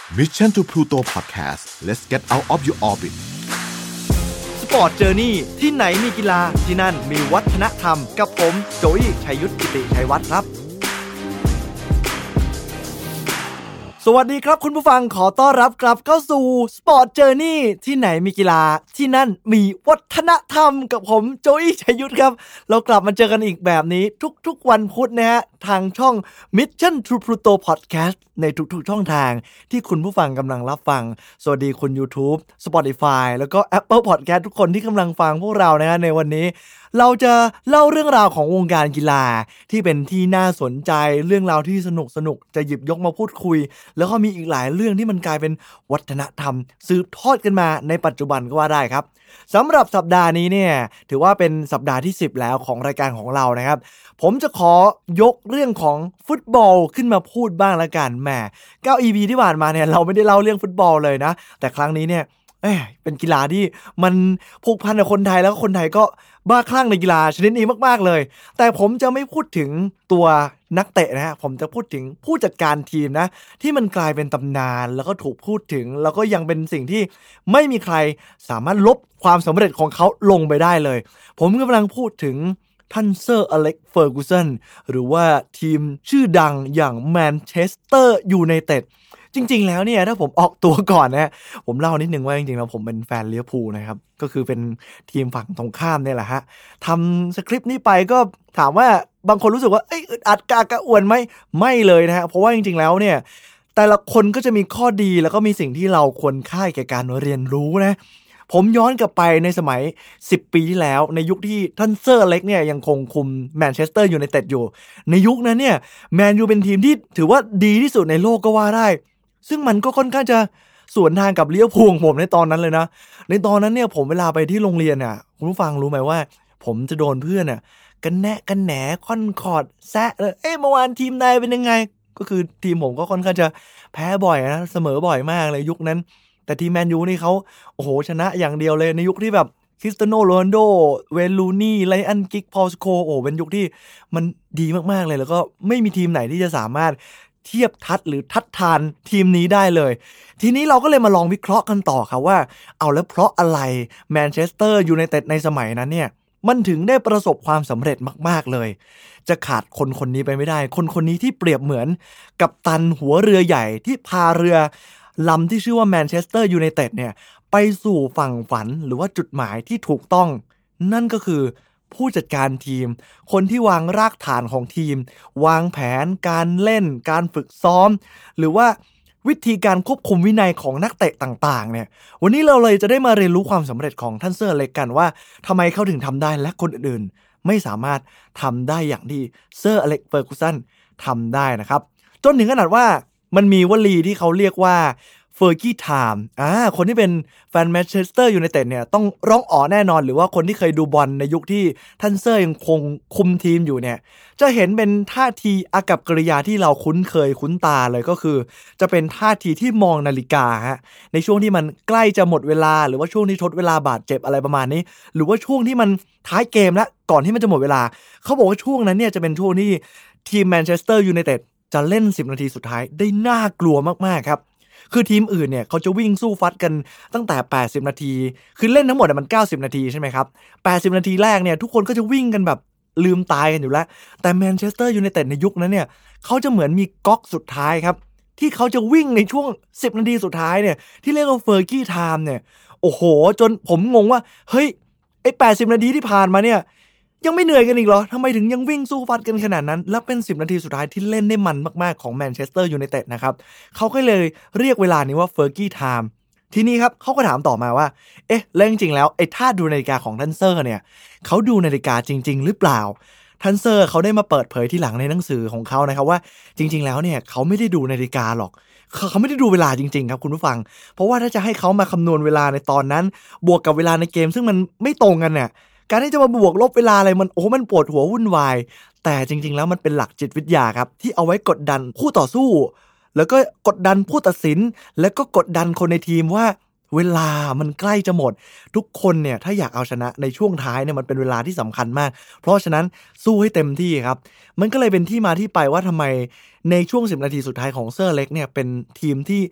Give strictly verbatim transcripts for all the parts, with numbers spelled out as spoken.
Mission to Pluto Podcast let's get out of your orbit Sport Journey ที่ไหนมีกีฬาที่นั่นมีวัฒนธรรมกับผมโจอี้ชัยยุทธกิติชัยวัฒน์ครับสวัสดีครับคุณผู้ฟังขอต้อนรับกลับเข้าสู่ Sport Journey ที่ไหนมีกีฬาที่นั่นมีวัฒนธรรมกับผมโจอี้ชัยยุทธครับเรากลับมาเจอกันอีกแบบนี้ทุกๆวันพุธนะฮะทางช่อง Mission to Pluto Podcast ในทุกๆช่องทางที่คุณผู้ฟังกำลังรับฟังสวัสดีคุณ YouTube Spotify แล้วก็ Apple Podcast ทุกคนที่กำลังฟังพวกเรานะฮะในวันนี้เราจะเล่าเรื่องราวของวงการกีฬาที่เป็นที่น่าสนใจเรื่องราวที่สนุกสนุกจะหยิบยกมาพูดคุยแล้วก็มีอีกหลายเรื่องที่มันกลายเป็นวัฒนธรรมสืบทอดกันมาในปัจจุบันก็ว่าได้ครับสำหรับสัปดาห์นี้เนี่ยถือว่าเป็นสัปดาห์ที่สิบแล้วของรายการของเรานะครับผมจะขอยกเรื่องของฟุตบอลขึ้นมาพูดบ้างละกันแหมเก้า อี พี ที่ผ่านมาเนี่ยเราไม่ได้เล่าเรื่องฟุตบอลเลยนะแต่ครั้งนี้เนี่ยเอ้ยเป็นกีฬาที่มันผูกพันกับคนไทยแล้วก็คนไทยก็บ้าคลั่งในกีฬาชนิดนี้มากๆเลยแต่ผมจะไม่พูดถึงตัวนักเตะนะฮะผมจะพูดถึงผู้จัดการทีมนะที่มันกลายเป็นตำนานแล้วก็ถูกพูดถึงแล้วก็ยังเป็นสิ่งที่ไม่มีใครสามารถลบความสำเร็จของเขาลงไปได้เลยผมกำลังพูดถึงท่านเซอร์อเล็กซ์เฟอร์กูสันหรือว่าทีมชื่อดังอย่างแมนเชสเตอร์ยูไนเต็ดจริงๆแล้วเนี่ยถ้าผมออกตัวก่อนนะผมเล่านิดนึงว่าจริงๆแล้วผมเป็นแฟนลิเวอร์พูลนะครับก็คือเป็นทีมฝั่งตรงข้ามเนี่ยแหละฮะทำสคริปต์นี้ไปก็ถามว่าบางคนรู้สึกว่าเอ้ยอึดอัดกากระอ่วนไหมไม่เลยนะฮะเพราะว่าจริงๆแล้วเนี่ยแต่ละคนก็จะมีข้อดีแล้วก็มีสิ่งที่เราควรค่าแก่การเรียนรู้นะผมย้อนกลับไปในสมัยสิบปีที่แล้วในยุคที่ท่านเซอร์เล็กเนี่ยยังคงคุมแมนเชสเตอร์ยูไนเต็ดอยู่ในยุคนั้นเนี่ยแมนยูเป็นทีมที่ถือว่าดีที่สุดในโลกก็ว่าได้ซึ่งมันก็ค่อนข้างจะสวนทางกับลิเวอร์พูลของผมในตอนนั้นเลยนะในตอนนั้นเนี่ยผมเวลาไปที่โรงเรียนน่ะคุณผู้ฟังรู้ไหมว่าผมจะโดนเพื่อนน่ะกันแนะกันแหนค่อนคอร์ดแซะเลยเอ๊ะเมื่อวานทีมนายเป็นยังไงก็คือทีมผมก็ค่อนข้างจะแพ้บ่อยนะเสมอบ่อยมากเลยยุคนั้นแต่ทีมแมนยูนี่เขาโอ้โหชนะอย่างเดียวเลยในยุคที่แบบคริสเตียโนโรนัลโดเวย์นรูนี่ไลอันกิกพอลสโคโอ้เป็นยุคที่มันดีมากๆเลยแล้วก็ไม่มีทีมไหนที่จะสามารถเทียบทัดหรือทัดทานทีมนี้ได้เลยทีนี้เราก็เลยมาลองวิเคราะห์กันต่อครับว่าเอาแล้วเพราะอะไรแมนเชสเตอร์ยูไนเต็ดในสมัยนั้นเนี่ยมันถึงได้ประสบความสำเร็จมากๆเลยจะขาดคนคนนี้ไปไม่ได้คนคนนี้ที่เปรียบเหมือนกัปตันหัวเรือใหญ่ที่พาเรือลำที่ชื่อว่าแมนเชสเตอร์ยูไนเต็ดเนี่ยไปสู่ฝั่งฝันหรือว่าจุดหมายที่ถูกต้องนั่นก็คือผู้จัดการทีมคนที่วางรากฐานของทีมวางแผนการเล่นการฝึกซ้อมหรือว่าวิธีการควบคุมวินัยของนักเตะต่างๆเนี่ยวันนี้เราเลยจะได้มาเรียนรู้ความสำเร็จของท่านเซอร์เล็กกันว่าทำไมเขาถึงทำได้และคนอื่นๆไม่สามารถทำได้อย่างที่เซอร์อเล็กซ์เฟอร์กูสันทำได้นะครับจนถึงขนาดว่ามันมีวลีที่เขาเรียกว่าเฟอร์กี้ไทม์อ่าคนที่เป็นแฟนแมนเชสเตอร์ยูไนเต็ดเนี่ยต้องร้องอ๋อแน่นอนหรือว่าคนที่เคยดูบอลในยุคที่ท่านเซอร์ยังคงคุมทีมอยู่เนี่ยจะเห็นเป็นท่าทีอากัปกิริยาที่เราคุ้นเคยคุ้นตาเลยก็คือจะเป็นท่าทีที่มองนาฬิกาฮะในช่วงที่มันใกล้จะหมดเวลาหรือว่าช่วงที่ทดเวลาบาดเจ็บอะไรประมาณนี้หรือว่าช่วงที่มันท้ายเกมแล้วก่อนที่มันจะหมดเวลาเขาบอกว่าช่วงนั้นเนี่ยจะเป็นช่วงที่ทีมแมนเชสเตอร์ยูไนเต็ดจะเล่นสิบนาทีสุดท้ายได้น่ากลัวมากๆครับคือทีมอื่นเนี่ยเขาจะวิ่งสู้ฟัดกันตั้งแต่แปดสิบนาทีคือเล่นทั้งหมดมันเก้าสิบนาทีใช่ไหมครับแปดสิบนาทีแรกเนี่ยทุกคนก็จะวิ่งกันแบบลืมตายกันอยู่แล้วแต่แมนเชสเตอร์ยูไนเต็ดในยุคนั้นเนี่ยเขาจะเหมือนมีก๊อกสุดท้ายครับที่เขาจะวิ่งในช่วงสิบนาทีสุดท้ายเนี่ยที่เรียกว่าเฟอร์กี้ไทม์เนี่ยโอ้โหจนผมงงว่าเฮ้ยไอ้แปดสิบนาทีที่ผ่านมาเนี่ยยังไม่เหนื่อยกันอีกเหรอทำไมถึงยังวิ่งสู้ฟัดกันขนาดนั้นแล้วเป็นสิบนาทีสุดท้ายที่เล่นได้มันมากๆของแมนเชสเตอร์ยูไนเต็ดนะครับเขาก็เลยเรียกเวลานี้ว่าเฟอร์กี้ไทม์ทีนี้ครับเขาก็ถามต่อมาว่าเอ๊ะแล้วจริงๆแล้วไอ้ท่าดูนาฬิกาของท่านเซอร์เนี่ยเขาดูนาฬิกาจริงๆหรือเปล่าท่านเซอร์เขาได้มาเปิดเผยที่หลังในหนังสือของเขานะครับว่าจริงๆแล้วเนี่ยเขาไม่ได้ดูนาฬิกาหรอกเขาไม่ได้ดูเวลาจริงๆครับคุณผู้ฟังเพราะว่าถ้าจะให้เขามาคำนวณเวลาในตอนนั้นบวกกับเวลาในเกมซึ่งมันไม่ตรงกันเนี่ยการที่จะมาบวกลบเวลาอะไรมันโอ้มันปวดหัววุ่นวายแต่จริงๆแล้วมันเป็นหลักจิตวิทยาครับที่เอาไว้กดดันคู่ต่อสู้แล้วก็กดดันผู้ตัดสินแล้วก็กดดันคนในทีมว่า เวลามันใกล้จะหมดทุกคนเนี่ยถ้าอยากเอาชนะในช่วงท้ายเนี่ยมันเป็นเวลาที่สำคัญมากเพราะฉะนั้นสู้ให้เต็มที่ครับมันก็เลยเป็นที่มาที่ไปว่าทำไมในช่วงสิบนาทีสุดท้ายของเซอร์เล็กเนี่ยเป็นทีมที่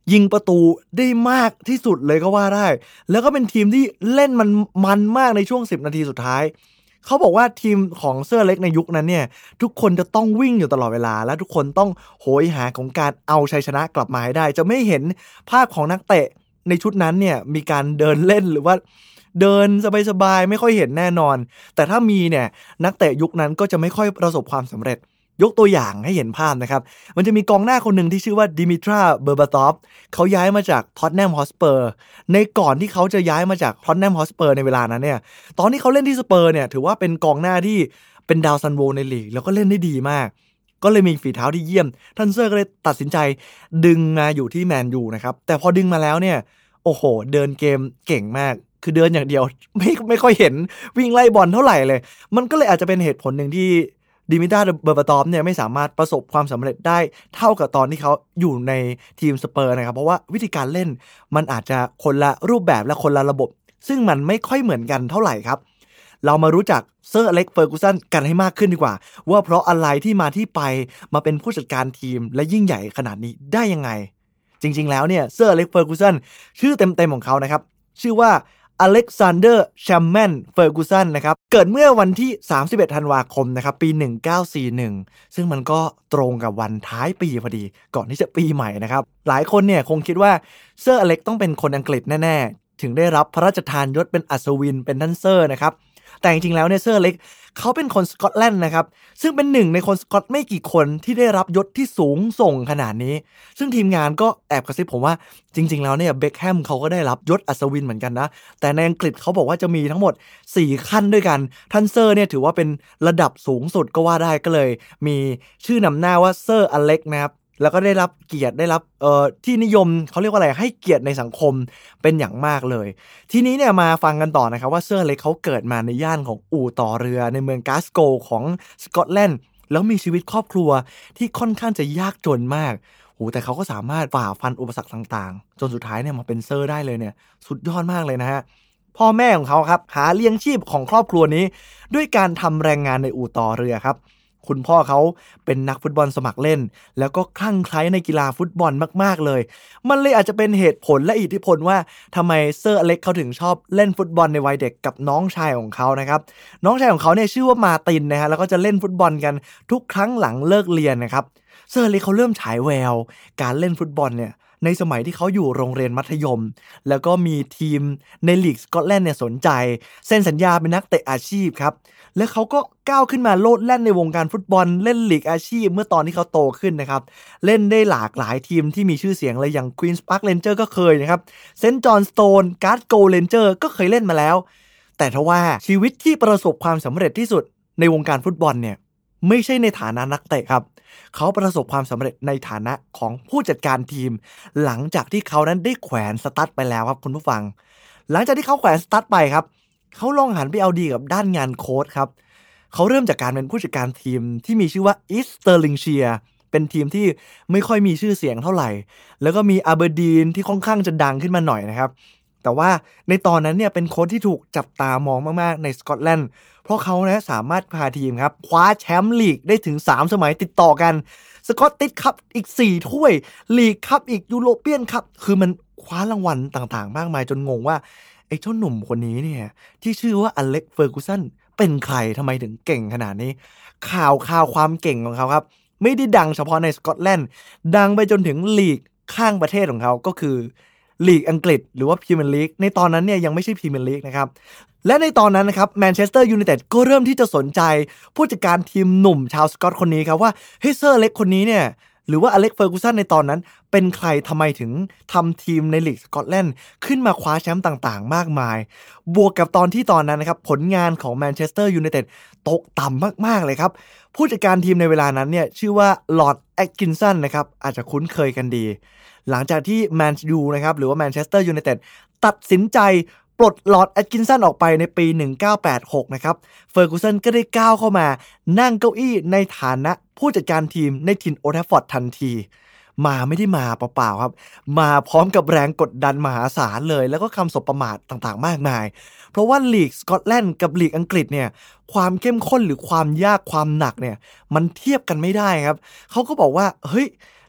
ยิงประตูได้มากที่สุดเลยก็ว่าได้แล้วก็เป็นทีมที่เล่นมันมันมากในช่วงสิบนาทีสุดท้ายเขาบอกว่าทีมของเซอร์เล็กในยุคนั้นเนี่ยทุกคนจะต้องวิ่งอยู่ตลอดเวลาและทุกคนต้องโหยหาของการเอาชัยชนะกลับมาให้ได้จะไม่เห็นภาพของนักเตะในชุดนั้นเนี่ยมีการเดินเล่นหรือว่าเดินสบายๆไม่ค่อยเห็นแน่นอนแต่ถ้ามีเนี่ยนักเตะยุคนั้นก็จะไม่ค่อยประสบความสำเร็จยกตัวอย่างให้เห็นภาพนะครับมันจะมีกองหน้าคนหนึ่งที่ชื่อว่าดิมิทราเบอร์บาตอฟเขาย้ายมาจากท็อตแนมฮอสเปอร์ในก่อนที่เขาจะย้ายมาจากท็อตแนมฮอสเปอร์ในเวลานั้นเนี่ยตอนที่เขาเล่นที่สเปอร์เนี่ยถือว่าเป็นกองหน้าที่เป็นดาวซันโวในลีกแล้วก็เล่นได้ดีมากก็เลยมีฝีเท้าที่เยี่ยมท่านเซอร์ก็เลยตัดสินใจดึงมาอยู่ที่แมนยูนะครับแต่พอดึงมาแล้วเนี่ยโอ้โหเดินเกมเก่งมากคือเดินอย่างเดียวไม่ไม่ค่อยเห็นวิ่งไล่บอลเท่าไหร่เลยมันก็เลยอาจจะเป็นเหตุผลหนึ่งที่ดิมิทราเบอร์บาตอฟเนี่ยไม่สามารถประสบความสำเร็จได้เท่ากับตอนที่เขาอยู่ในทีมสเปอร์นะครับเพราะว่าวิธีการเล่นมันอาจจะคนละรูปแบบและคนละระบบซึ่งมันไม่ค่อยเหมือนกันเท่าไหร่ครับเรามารู้จักเซอร์อเล็กซ์เฟอร์กูสันกันให้มากขึ้นดีกว่าว่าเพราะอะไรที่มาที่ไปมาเป็นผู้จัดการทีมและยิ่งใหญ่ขนาดนี้ได้ยังไงจริงๆแล้วเนี่ยเซอร์อเล็กซ์เฟอร์กูสันชื่อเต็มๆของเขานะครับชื่อว่าอเล็กซานเดอร์แชมแมนเฟอร์กูสันนะครับเกิดเมื่อวันที่สามสิบเอ็ดธันวาคมนะครับปีหนึ่งเก้าสี่หนึ่งซึ่งมันก็ตรงกับวันท้ายปีพอดีก่อนที่จะปีใหม่นะครับหลายคนเนี่ยคงคิดว่าเซอร์อเล็กต้องเป็นคนอังกฤษแน่ๆถึงได้รับพระราชทานยศเป็นอัศวินเป็นท่านเซอร์นะครับแต่จริงๆแล้วเนี่ยเซอร์อเล็กเขาเป็นคนสกอตแลนด์นะครับซึ่งเป็นหนึ่งในคนสกอตไม่กี่คนที่ได้รับยศที่สูงส่งขนาดนี้ซึ่งทีมงานก็แอบกระซิบผมว่าจริงๆแล้วเนี่ยเบคแฮมเขาก็ได้รับยศอัศวินเหมือนกันนะแต่ในอังกฤษเขาบอกว่าจะมีทั้งหมดสี่ขั้นด้วยกันท่านเซอร์เนี่ยถือว่าเป็นระดับสูงสุดก็ว่าได้ก็เลยมีชื่อนำหน้าว่าเซอร์อเล็กนะครับแล้วก็ได้รับเกียรติได้รับเอ่อที่นิยมเขาเรียกว่าอะไรให้เกียรติในสังคมเป็นอย่างมากเลยทีนี้เนี่ยมาฟังกันต่อนะครับว่าเซอร์อเล็กเขาเกิดมาในย่านของอู่ต่อเรือในเมืองกลาสโกว์ของสกอตแลนด์แล้วมีชีวิตครอบครัวที่ค่อนข้างจะยากจนมากโหแต่เขาก็สามารถฝ่าฟันอุปสรรคต่างๆจนสุดท้ายเนี่ยมาเป็นเซอร์ได้เลยเนี่ยสุดยอดมากเลยนะฮะพ่อแม่ของเขาครับหาเลี้ยงชีพของครอบครัวนี้ด้วยการทำแรงงานในอู่ต่อเรือครับคุณพ่อเขาเป็นนักฟุตบอลสมัครเล่นแล้วก็คลั่งไคล้ในกีฬาฟุตบอลมากๆเลยมันเลยอาจจะเป็นเหตุผลและอิทธิพลว่าทำไมเซอร์อเล็กเขาถึงชอบเล่นฟุตบอลในวัยเด็กกับน้องชายของเขานะครับน้องชายของเขาเนี่ยชื่อว่ามาตินนะฮะแล้วก็จะเล่นฟุตบอลกันทุกครั้งหลังเลิกเรียนนะครับเซอร์อเล็กเขาเริ่มฉายแววการเล่นฟุตบอลเนี่ยในสมัยที่เขาอยู่โรงเรียนมัธยมแล้วก็มีทีมในลีกสกอตแลนด์เนี่ยสนใจเซ็นสัญญาเป็นนักเตะอาชีพครับและเขาก็ก้าวขึ้นมาโลดแล่นในวงการฟุตบอลเล่นลีกอาชีพเมื่อตอนที่เขาโตขึ้นนะครับเล่นได้หลากหลายทีมที่มีชื่อเสียงเลยอย่าง Queen's Park Rangers ก็เคยนะครับ Saint John Stone Glasgow Rangers ก็เคยเล่นมาแล้วแต่ทว่าชีวิตที่ประสบความสำเร็จที่สุดในวงการฟุตบอลเนี่ยไม่ใช่ในฐานะนักเตะครับเขาประสบความสำเร็จในฐานะของผู้จัดการทีมหลังจากที่เขานั้นได้แขวนสตั๊ดไปแล้วครับคุณผู้ฟังหลังจากที่เขาแขวนสตั๊ดไปครับเขาลองหันไปเอาดีกับด้านงานโค้ชครับเขาเริ่มจากการเป็นผู้จัดการทีมที่มีชื่อว่าอีสเตอร์ลิงเชียร์เป็นทีมที่ไม่ค่อยมีชื่อเสียงเท่าไหร่แล้วก็มีอาเบอร์ดีนที่ค่อนข้างจะดังขึ้นมาหน่อยนะครับแต่ว่าในตอนนั้นเนี่ยเป็นโค้ชที่ถูกจับตามองมากๆในสกอตแลนด์เพราะเขานะสามารถพาทีมครับคว้าแชมป์ลีกได้ถึงสามสมัยติดต่อกันสกอตติชคัพอีกสี่ถ้วยลีกคัพอีกยูโรเปียนคัพคือมันคว้ารางวัลต่างๆมากมายจนงงว่าไอ้เจ้าหนุ่มคนนี้เนี่ยที่ชื่อว่าอเล็กเฟอร์กูสันเป็นใครทำไมถึงเก่งขนาดนี้ข่าวข่าวความเก่งของเขาครับไม่ได้ดังเฉพาะในสกอตแลนด์ดังไปจนถึงลีกข้างประเทศของเขาก็คือลีกอังกฤษหรือว่าพรีเมียร์ลีกในตอนนั้นเนี่ยยังไม่ใช่พรีเมียร์ลีกนะครับและในตอนนั้นนะครับแมนเชสเตอร์ยูไนเต็ดก็เริ่มที่จะสนใจผู้จัดการทีมหนุ่มชาวสกอตคนนี้ครับว่าเฮ้ยเซอร์อเล็กคนนี้เนี่ยหรือว่าอเล็กเฟอร์กูสันในตอนนั้นเป็นใครทำไมถึงทำทีมในลีกสกอตแลนด์ขึ้นมาคว้าแชมป์ต่างๆมากมายบวกกับตอนที่ตอนนั้นนะครับผลงานของแมนเชสเตอร์ยูไนเต็ดตกต่ำมากๆเลยครับผู้จัดการทีมในเวลานั้นเนี่ยชื่อว่าลอร์ดแอตกินสันนะครับอาจจะคุ้นเคยกันดีหลังจากที่แมนยูนะครับหรือว่าแมนเชสเตอร์ยูไนเต็ดตัดสินใจปลดลอร์ดแอตกินสันออกไปในปีหนึ่งเก้าแปดหกนะครับเฟอร์กูสันก็ได้ก้าวเข้ามานั่งเก้าอี้ในฐานะผู้จัดการทีมในถิ่นโอลด์แทรฟฟอร์ดทันทีมาไม่ได้มาเปล่าๆครับมาพร้อมกับแรงกดดันมหาศาลเลยแล้วก็คำสบประมาทต่างๆมากมายเพราะว่าลีกสกอตแลนด์กับลีกอังกฤษเนี่ยความเข้มข้นหรือความยากความหนักเนี่ยมันเทียบกันไม่ได้ครับเขาก็บอกว่าเฮ้ย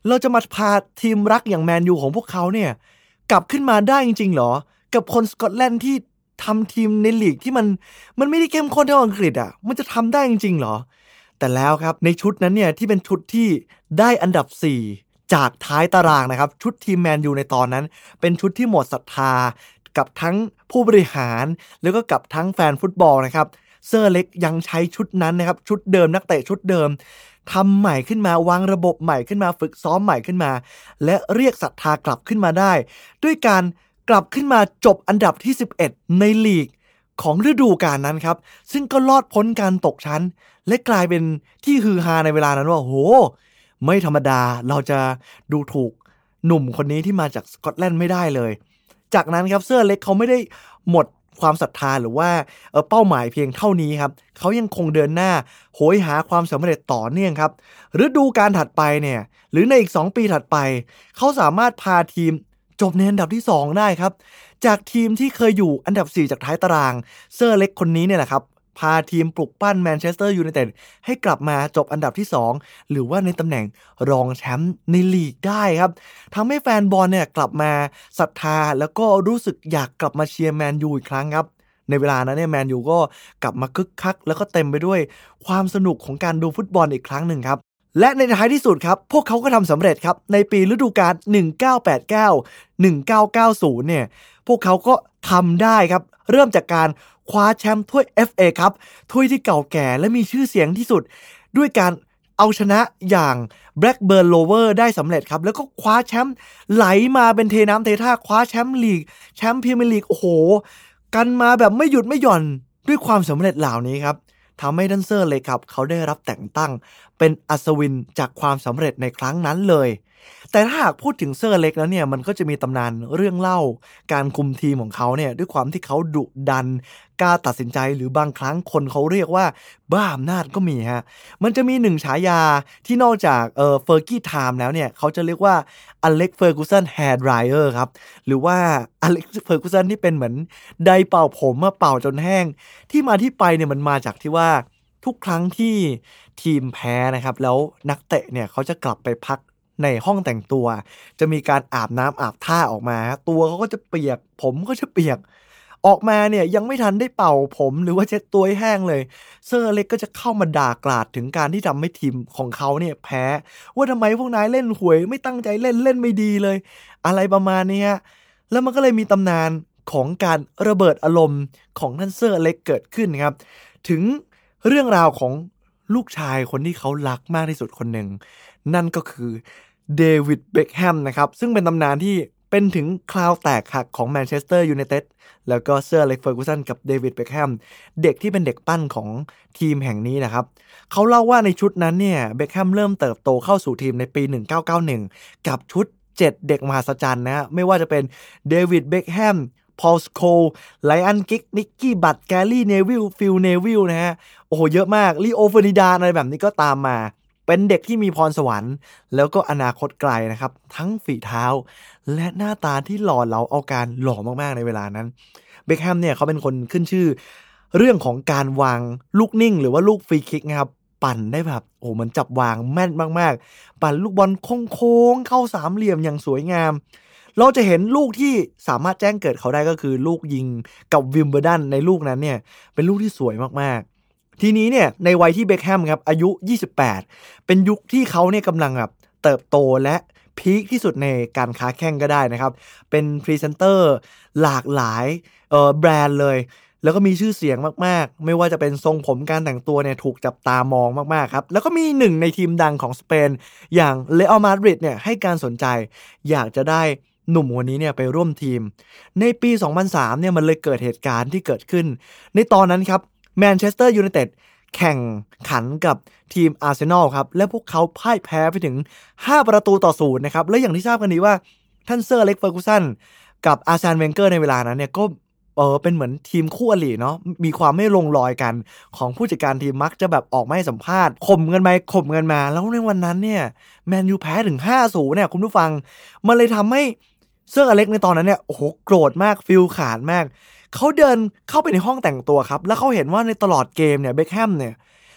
เราจะมาพาทีมรักอย่างแมนยูของพวกเขาเนี่ยกลับขึ้นมาได้จริงๆหรอกับคนสกอตแลนด์ที่ทำทีมในลีกที่มันมันไม่ได้เข้มข้นเท่าอังกฤษอ่ะมันจะทำได้จริงๆหรอแต่แล้วครับในชุดนั้นเนี่ยที่เป็นชุดที่ได้อันดับสี่จากท้ายตารางนะครับชุดทีมแมนยูในตอนนั้นเป็นชุดที่หมดศรัทธากับทั้งผู้บริหารแล้วก็กับทั้งแฟนฟุตบอลนะครับเซอร์เล็กยังใช้ชุดนั้นนะครับชุดเดิมนักเตะชุดเดิมทำใหม่ขึ้นมาวางระบบใหม่ขึ้นมาฝึกซ้อมใหม่ขึ้นมาและเรียกศรัทธากลับขึ้นมาได้ด้วยการกลับขึ้นมาจบอันดับที่สิบเอ็ดในลีกของฤดูกาลนั้นครับซึ่งก็รอดพ้นการตกชั้นและกลายเป็นที่ฮือฮาในเวลานั้นว่าโหไม่ธรรมดาเราจะดูถูกหนุ่มคนนี้ที่มาจากสกอตแลนด์ไม่ได้เลยจากนั้นครับเซอร์เล็กเขาไม่ได้หมดความศรัทธาหรือว่าเป้าหมายเพียงเท่านี้ครับเขายังคงเดินหน้าโหยหาความสำเร็จต่อเนื่องครับฤดูกาลถัดไปเนี่ยหรือในอีกสองปีถัดไปเขาสามารถพาทีมจบในอันดับที่สองได้ครับจากทีมที่เคยอยู่อันดับสี่จากท้ายตารางเซอร์เล็กคนนี้เนี่ยแหละครับพาทีมปลุกปั้นแมนเชสเตอร์ยูไนเต็ดให้กลับมาจบอันดับที่สองหรือว่าในตำแหน่งรองแชมป์ในลีกได้ครับทำให้แฟนบอลเนี่ยกลับมาศรัทธาแล้วก็รู้สึกอยากกลับมาเชียร์แมนยูอีกครั้งครับในเวลานั้นเนี่ยแมนยูก็กลับมาคึกคักแล้วก็เต็มไปด้วยความสนุกของการดูฟุตบอลอีกครั้งหนึ่งครับและในท้ายที่สุดครับพวกเขาก็ทำสำเร็จครับในปีฤดูกาลหนึ่งพันเก้าร้อยแปดสิบเก้า หนึ่งพันเก้าร้อยเก้าสิบเนี่ยพวกเขาก็ทำได้ครับเริ่มจากการคว้าแชมป์ถ้วย เอฟ เอ ครับถ้วยที่เก่าแก่และมีชื่อเสียงที่สุดด้วยการเอาชนะอย่าง Blackburn Rovers ได้สำเร็จครับแล้วก็คว้าแชมป์ไหลมาเป็นเทน้ำเทท่าคว้าแชมป์ลีกแชมป์พรีเมียร์ลีกโอ้โหกันมาแบบไม่หยุดไม่หย่อนด้วยความสำเร็จเหล่านี้ครับทำให้ดันเซอร์เลยครับเขาได้รับแต่งตั้งเป็นอัศวินจากความสำเร็จในครั้งนั้นเลยแต่ถ้าหากพูดถึงเซอร์เล็กแล้วเนี่ยมันก็จะมีตำนานเรื่องเล่าการคุมทีมของเขาเนี่ยด้วยความที่เขาดุดันกล้าตัดสินใจหรือบางครั้งคนเขาเรียกว่าบ้าอำนาจก็มีฮะมันจะมีหนึ่งฉายาที่นอกจากเอ่อเฟอร์กี้ไทม์แล้วเนี่ยเขาจะเรียกว่าอเล็กเฟอร์กูสันแฮร์ดไรเออร์ครับหรือว่าอเล็กเฟอร์กูสันที่เป็นเหมือนไดร์เป่าผมมาเป่าจนแห้งที่มาที่ไปเนี่ยมันมาจากที่ว่าทุกครั้งที่ทีมแพ้นะครับแล้วนักเตะเนี่ยเขาจะกลับไปพักในห้องแต่งตัวจะมีการอาบน้ำอาบท่าออกมาตัวเขาก็จะเปียกผมก็จะเปียกออกมาเนี่ยยังไม่ทันได้เป่าผมหรือว่าเช็ดตัวให้แห้งเลยเซอร์เล็กก็จะเข้ามาด่ากราดถึงการที่ทำให้ทีมของเขาเนี่ยแพ้ว่าทำไมพวกนายเล่นห่วยไม่ตั้งใจเล่นเล่นไม่ดีเลยอะไรประมาณนี้ฮะแล้วมันก็เลยมีตำนานของการระเบิดอารมณ์ของท่านเซอร์เล็กเกิดขึ้นครับถึงเรื่องราวของลูกชายคนที่เขารักมากที่สุดคนหนึ่งนั่นก็คือเดวิดเบ็คแฮมนะครับซึ่งเป็นตำนานที่เป็นถึงคราวแตกหักของแมนเชสเตอร์ยูไนเต็ดแล้วก็เซอร์อเล็กซ์เฟอร์กูสันกับเดวิดเบ็คแฮมเด็กที่เป็นเด็กปั้นของทีมแห่งนี้นะครับเขาเล่าว่าในชุดนั้นเนี่ยเบ็คแฮมเริ่มเติบโตเข้าสู่ทีมในปีหนึ่งพันเก้าร้อยเก้าสิบเอ็ดกับชุดเจ็ดเด็กมหัศจรรย์นะฮะไม่ว่าจะเป็นเดวิดเบ็คแฮมพอลสโคลไลอันกิกนิกกี้บัตแกรี่เนวิลฟิลเนวิลนะฮะโอ้โหเยอะมากลีโอเฟอร์นิดานอะไรแบบนี้ก็ตามมาเป็นเด็กที่มีพรสวรรค์แล้วก็อนาคตไกลนะครับทั้งฝีเท้าและหน้าตาที่หล่อเหลาเอาการหล่อมากๆในเวลานั้นเบ็คแฮมเนี่ยเขาเป็นคนขึ้นชื่อเรื่องของการวางลูกนิ่งหรือว่าลูกฟรีคิกนะครับปั่นได้แบบโอ้มันจับวางแม่นมากๆปั่นลูกบอลโค้งๆเข้าสามเหลี่ยมอย่างสวยงามเราจะเห็นลูกที่สามารถแจ้งเกิดเขาได้ก็คือลูกยิงกับวิมเบิลดันในลูกนั้นเนี่ยเป็นลูกที่สวยมากๆทีนี้เนี่ยในวัยที่เบ็คแฮมครับอายุยี่สิบแปดเป็นยุคที่เขาเนี่ยกำลังแบบเติบโตและพีคที่สุดในการค้าแข่งก็ได้นะครับเป็นพรีเซนเตอร์หลากหลายเอ่อแบรนด์เลยแล้วก็มีชื่อเสียงมากๆไม่ว่าจะเป็นทรงผมการแต่งตัวเนี่ยถูกจับตามองมากๆครับแล้วก็มีหนึ่งในทีมดังของสเปนอย่างเรอัลมาดริดเนี่ยให้การสนใจอยากจะได้หนุ่มคนนี้เนี่ยไปร่วมทีมในปีสองพันสามเนี่ยมันเลยเกิดเหตุการณ์ที่เกิดขึ้นในตอนนั้นครับแมนเชสเตอร์ยูไนเต็ดแข่งขันกับทีมอาร์เซนอลครับและพวกเขาพ่ายแพ้ไปถึงห้าประตูต่อศูนย์นะครับและอย่างที่ทราบกันดีว่าท่านเซอร์อเล็กซ์เฟอร์กูสันกับอาร์เซนเวนเกอร์ในเวลานั้นเนี่ยก็เออเป็นเหมือนทีมคู่อริเนาะมีความไม่ลงรอยกันของผู้จัดการทีมมักจะแบบออกมาให้สัมภาษณ์ข่มกันไปข่มกันมาแล้วในวันนั้นเนี่ยแมนยูแพ้ถึง ห้าศูนย์ เนี่ยคุณผู้ฟังมันเลยทำให้เซอร์อเล็กซ์ในตอนนั้นเนี่ยโอ้โหโกรธมากฟีลขาดมากเขาเดินเข้าไปในห้องแต่งตัวครับแล้วเขาเห็นว่าในตลอดเกมเนี่ยเบ็คแฮมเนี่ย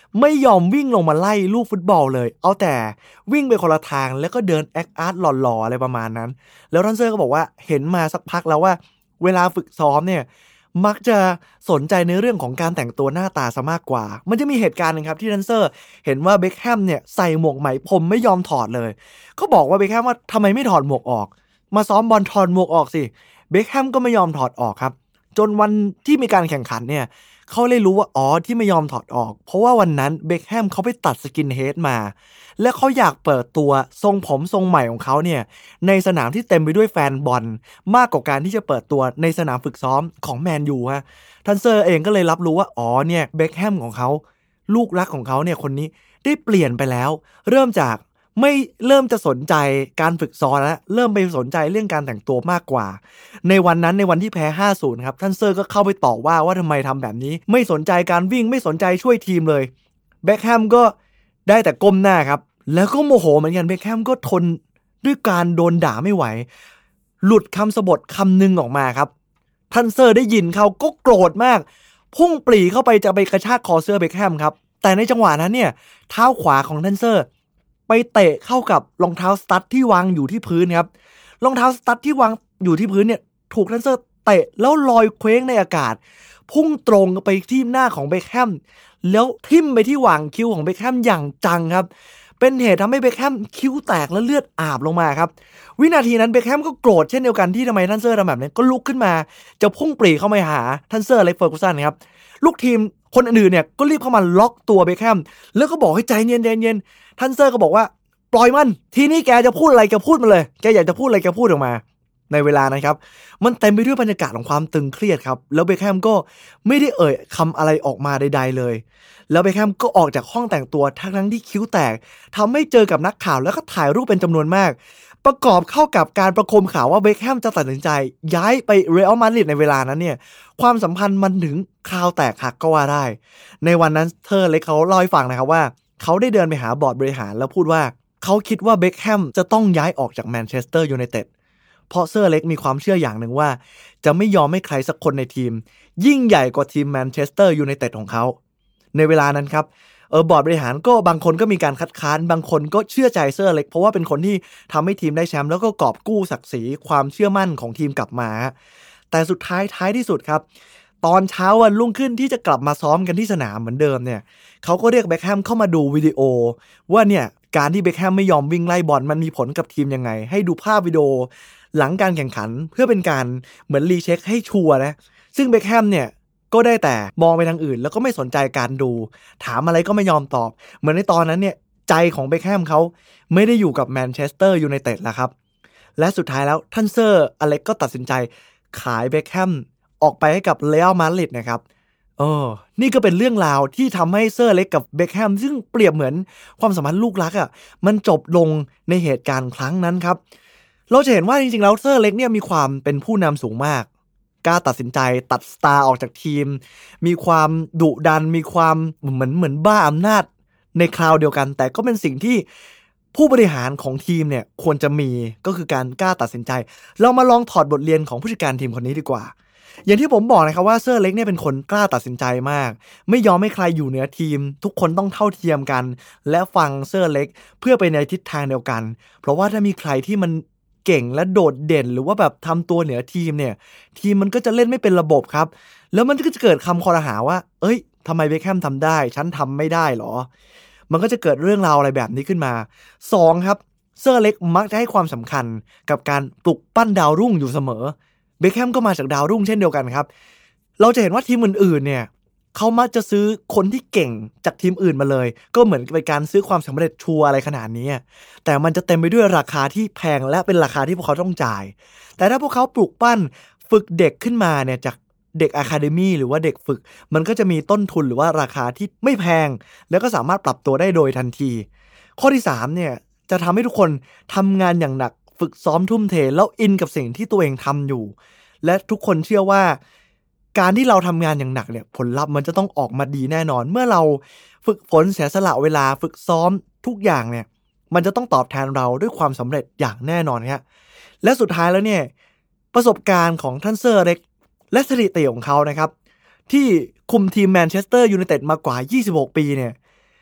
ไม่ยอมวิ่งลงมาไล่ลูกฟุตบอลเลยเอาแต่วิ่งไปคนละทางแล้วก็เดินแอคอาร์ตหล่อๆอะไรประมาณนั้นแล้วทันเซอร์ก็บอกว่าเห็นมาสักพักแล้วว่าเวลาฝึกซ้อมเนี่ยมักจะสนใจในเรื่องของการแต่งตัวหน้าตาซะมากกว่ามันจะมีเหตุการณ์นึงครับที่ทันเซอร์เห็นว่าเบคแฮมเนี่ยใส่หมวกไหมพรมไม่ยอมถอดเลยก็บอกว่าเบคแฮมว่าทำไมไม่ถอดหมวกออกมาซ้อมบอลถอดหมวกออกสิเบคแฮมก็ไม่ยอมถอดออกครับจนวันที่มีการแข่งขันเนี่ยเขาเลยรู้ว่าอ๋อที่ไม่ยอมถอดออกเพราะว่าวันนั้นเบคแฮมเขาไปตัดสกินเฮดมาและเขาอยากเปิดตัวทรงผมทรงใหม่ของเขาเนี่ยในสนามที่เต็มไปด้วยแฟนบอลมากกว่าการที่จะเปิดตัวในสนามฝึกซ้อมของแมนยูฮะทันเซอร์เองก็เลยรับรู้ว่าอ๋อเนี่ยเบคแฮมของเขาลูกรักของเขาเนี่ยคนนี้ได้เปลี่ยนไปแล้วเริ่มจากไม่เริ่มจะสนใจการฝึกซ้อมแล้วเริ่มไปสนใจเรื่องการแต่งตัวมากกว่าในวันนั้นในวันที่แพ้ ห้าศูนย์ ครับทันเซอร์ก็เข้าไปต่อว่าว่าทำไมทำแบบนี้ไม่สนใจการวิ่งไม่สนใจช่วยทีมเลยเบคแฮมก็ได้แต่ก้มหน้าครับแล้วก็โมโหเหมือนกันเบคแฮมก็ทนด้วยการโดนด่าไม่ไหวหลุดคำสบถคำนึงออกมาครับทันเซอร์ได้ยินเขาก็โกรธมากพุ่งปรีเข้าไปจะไปกระชากคอเสื้อเบคแฮมครับแต่ในจังหวะนั้นเนี่ยเท้าขวาของทันเซอร์ไปเตะเข้ากับรองเท้าสตั๊ดที่วางอยู่ที่พื้นครับรองเท้าสตั๊ดที่วางอยู่ที่พื้นเนี่ยถูกทันเซอร์เตะแล้วลอยเคว้งในอากาศพุ่งตรงไปที่หน้าของเบคแฮมแล้วทิ่มไปที่หว่างคิ้วของเบคแฮมอย่างจังครับเป็นเหตุทำให้เบคแฮมคิ้วแตกและเลือดอาบลงมาครับวินาทีนั้นเบคแฮมก็โกรธเช่นเดียวกันที่ทำไมทันเซอร์ทำแบบนี้ก็ลุกขึ้นมาจะพุ่งปรีเข้ามาหาทันเซอร์อเล็กซ์เฟอร์กูสันครับลูกทีมคนอื่นๆเนี่ยก็รีบเข้ามาล็อกตัวเบคแฮมแล้วก็บอกให้ใจเย็นๆทันเซอร์ก็บอกว่าปล่อยมันทีนี้แกจะพูดอะไรแกพูดมาเลยแกอยากจะพูดอะไรแกพูดออกมาในเวลานั้นครับมันเต็มไปด้วยบรรยากาศของความตึงเครียดครับแล้วเบคแฮมก็ไม่ได้เอ่ยคำอะไรออกมาใดๆเลยแล้วเบคแฮมก็ออกจากห้องแต่งตัวทั้งๆที่คิ้วแตกทำให้เจอกับนักข่าวแล้วก็ถ่ายรูปเป็นจำนวนมากประกอบเข้ากับการประโคมข่าวว่าเบคแฮมจะตัดสินใจย้ายไปเรอัลมาดริดในเวลานั้นเนี่ยความสัมพันธ์มันถึงคราวแตกหักก็ว่าได้ในวันนั้นเธอเล็กเขาเล่าให้ฟังนะครับว่าเขาได้เดินไปหาบอร์ดบริหารแล้วพูดว่าเขาคิดว่าเบคแฮมจะต้องย้ายออกจากแมนเชสเตอร์ยูไนเต็ดเพราะเซอร์เล็กมีความเชื่ออย่างหนึ่งว่าจะไม่ยอมให้ใครสักคนในทีมยิ่งใหญ่กว่าทีมแมนเชสเตอร์ยูไนเต็ดของเขาในเวลานั้นครับเออบอร์ดบริหารก็บางคนก็มีการคัดค้านบางคนก็เชื่อใจเซอร์เล็กเพราะว่าเป็นคนที่ทำให้ทีมได้แชมป์แล้วก็กอบกู้ศักดิ์ศรีความเชื่อมั่นของทีมกลับมาแต่สุดท้ายท้ายที่สุดครับตอนเช้าวันรุ่งขึ้นที่จะกลับมาซ้อมกันที่สนามเหมือนเดิมเนี่ยเขาก็เรียกเบคแฮมเข้ามาดูวิดีโอว่าเนี่ยการที่เบคแฮมไม่ยอมวิ่งไล่บอลมันมีผลกับทีมยังไงให้ดูภาพวิดีโอหลังการแข่งขันเพื่อเป็นการเหมือนรีเช็คให้ชัวร์นะซึ่งเบคแฮมเนี่ยก็ได้แต่มองไปทางอื่นแล้วก็ไม่สนใจการดูถามอะไรก็ไม่ยอมตอบเหมือนในตอนนั้นเนี่ยใจของเบคแฮมเขาไม่ได้อยู่กับแมนเชสเตอร์ยูไนเต็ดแล้วครับและสุดท้ายแล้วท่านเซอร์อเล็กก็ตัดสินใจขายเบคแฮมออกไปให้กับเรอัลมาดริดนะครับเออนี่ก็เป็นเรื่องราวที่ทำให้เซอร์เล็กกับเบคแฮมซึ่งเปรียบเหมือนความสัมพันธ์ลูกรักอ่ะมันจบลงในเหตุการณ์ครั้งนั้นครับเราจะเห็นว่าจริงๆแล้วเซอร์เล็กเนี่ยมีความเป็นผู้นำสูงมากกล้าตัดสินใจตัดสตาร์ออกจากทีมมีความดุดันมีความเหมือนเหมือนบ้าอำนาจในคราวเดียวกันแต่ก็เป็นสิ่งที่ผู้บริหารของทีมเนี่ยควรจะมีก็คือการกล้าตัดสินใจเรามาลองถอดบทเรียนของผู้จัดการทีมคนนี้ดีกว่าอย่างที่ผมบอกนะครับว่าเซอร์เล็กเนี่ยเป็นคนกล้าตัดสินใจมากไม่ยอมให้ใครอยู่เหนือทีมทุกคนต้องเท่าเทียมกันและฟังเซอร์เล็กเพื่อไปในทิศทางเดียวกันเพราะว่าถ้ามีใครที่มันเก่งและโดดเด่นหรือว่าแบบทำตัวเหนือทีมเนี่ยทีมมันก็จะเล่นไม่เป็นระบบครับแล้วมันก็จะเกิดคำคอรหาว่าเอ้ยทำไมเบคแฮมทำได้ฉันทำไม่ได้หรอมันก็จะเกิดเรื่องราวอะไรแบบนี้ขึ้นมาสองครับเซอร์เล็กมักจะให้ความสำคัญกับการปลุกปั้นดาวรุ่งอยู่เสมอเบคแฮมก็มาจากดาวรุ่งเช่นเดียวกันครับเราจะเห็นว่าทีมอื่นๆเนี่ยเขามักจะซื้อคนที่เก่งจากทีมอื่นมาเลยก็เหมือนเป็นการซื้อความสำเร็จชัวร์อะไรขนาดนี้แต่มันจะเต็มไปด้วยราคาที่แพงและเป็นราคาที่พวกเขาต้องจ่ายแต่ถ้าพวกเขาปลูกปั้นฝึกเด็กขึ้นมาเนี่ยจากเด็กอะคาเดมี่หรือว่าเด็กฝึกมันก็จะมีต้นทุนหรือว่าราคาที่ไม่แพงแล้วก็สามารถปรับตัวได้โดยทันทีข้อที่สามเนี่ยจะทำให้ทุกคนทำงานอย่างหนักฝึกซ้อมทุ่มเทแล้วอินกับสิ่งที่ตัวเองทำอยู่และทุกคนเชื่อว่าการที่เราทำงานอย่างหนักเนี่ยผลลัพธ์มันจะต้องออกมาดีแน่นอนเมื่อเราฝึกฝนเสียสละเวลาฝึกซ้อมทุกอย่างเนี่ยมันจะต้องตอบแทนเราด้วยความสำเร็จอย่างแน่นอนครับและสุดท้ายแล้วเนี่ยประสบการณ์ของท่านเซอร์เล็กและสถิติของเขานะครับที่คุมทีมแมนเชสเตอร์ยูไนเต็ดมากว่ายี่สิบหกปีเนี่ย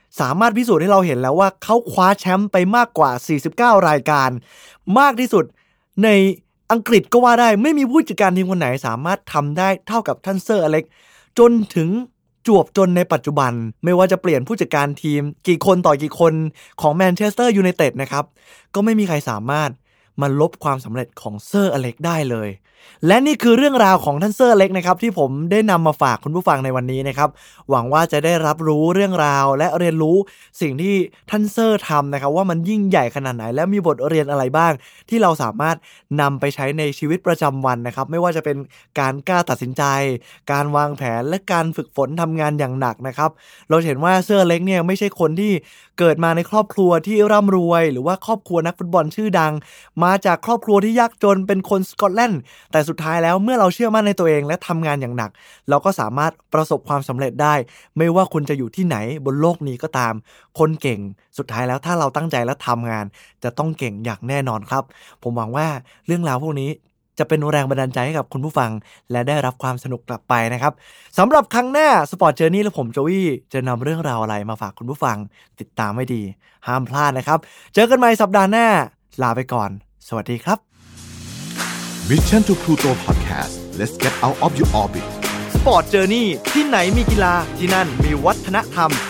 สามารถพิสูจน์ให้เราเห็นแล้วว่าเขาคว้าแชมป์ไปมากกว่าสี่สิบเก้ารายการมากที่สุดในอังกฤษก็ว่าได้ไม่มีผู้จัดการทีมคนไหนสามารถทำได้เท่ากับท่านเซอร์อเล็กจนถึงจวบจนในปัจจุบันไม่ว่าจะเปลี่ยนผู้จัดการทีมกี่คนต่อกี่คนของแมนเชสเตอร์ยูไนเต็ดนะครับก็ไม่มีใครสามารถมาลบความสำเร็จของเซอร์อเล็กได้เลยและนี่คือเรื่องราวของท่านเซอร์อเล็กนะครับที่ผมได้นำมาฝากคุณผู้ฟังในวันนี้นะครับหวังว่าจะได้รับรู้เรื่องราวและเรียนรู้สิ่งที่ท่านเซอร์ทำนะครับว่ามันยิ่งใหญ่ขนาดไหนและมีบทเรียนอะไรบ้างที่เราสามารถนำไปใช้ในชีวิตประจำวันนะครับไม่ว่าจะเป็นการกล้าตัดสินใจการวางแผนและการฝึกฝนทำงานอย่างหนักนะครับเราเห็นว่าเซอร์อเล็กเนี่ยไม่ใช่คนที่เกิดมาในครอบครัวที่ร่ำรวยหรือว่าครอบครัวนักฟุตบอลชื่อดังมาจากครอบครัวที่ยากจนเป็นคนสกอตแลนด์แต่สุดท้ายแล้วเมื่อเราเชื่อมั่นในตัวเองและทำงานอย่างหนักเราก็สามารถประสบความสำเร็จได้ไม่ว่าคุณจะอยู่ที่ไหนบนโลกนี้ก็ตามคนเก่งสุดท้ายแล้วถ้าเราตั้งใจและทำงานจะต้องเก่งอย่างแน่นอนครับผมหวังว่าเรื่องราวพวกนี้จะเป็นแรงบันดาลใจให้กับคุณผู้ฟังและได้รับความสนุกกลับไปนะครับสำหรับครั้งหน้า Sport Journey และผมโจวี่จะนำเรื่องราวอะไรมาฝากคุณผู้ฟังติดตามให้ดีห้ามพลาดนะครับเจอกันใหม่สัปดาห์หน้าลาไปก่อนสวัสดีครับ Mission to Pluto Podcast let's get out of your orbit Sport Journey ที่ไหนมีกีฬาที่นั่นมีวัฒนธรรม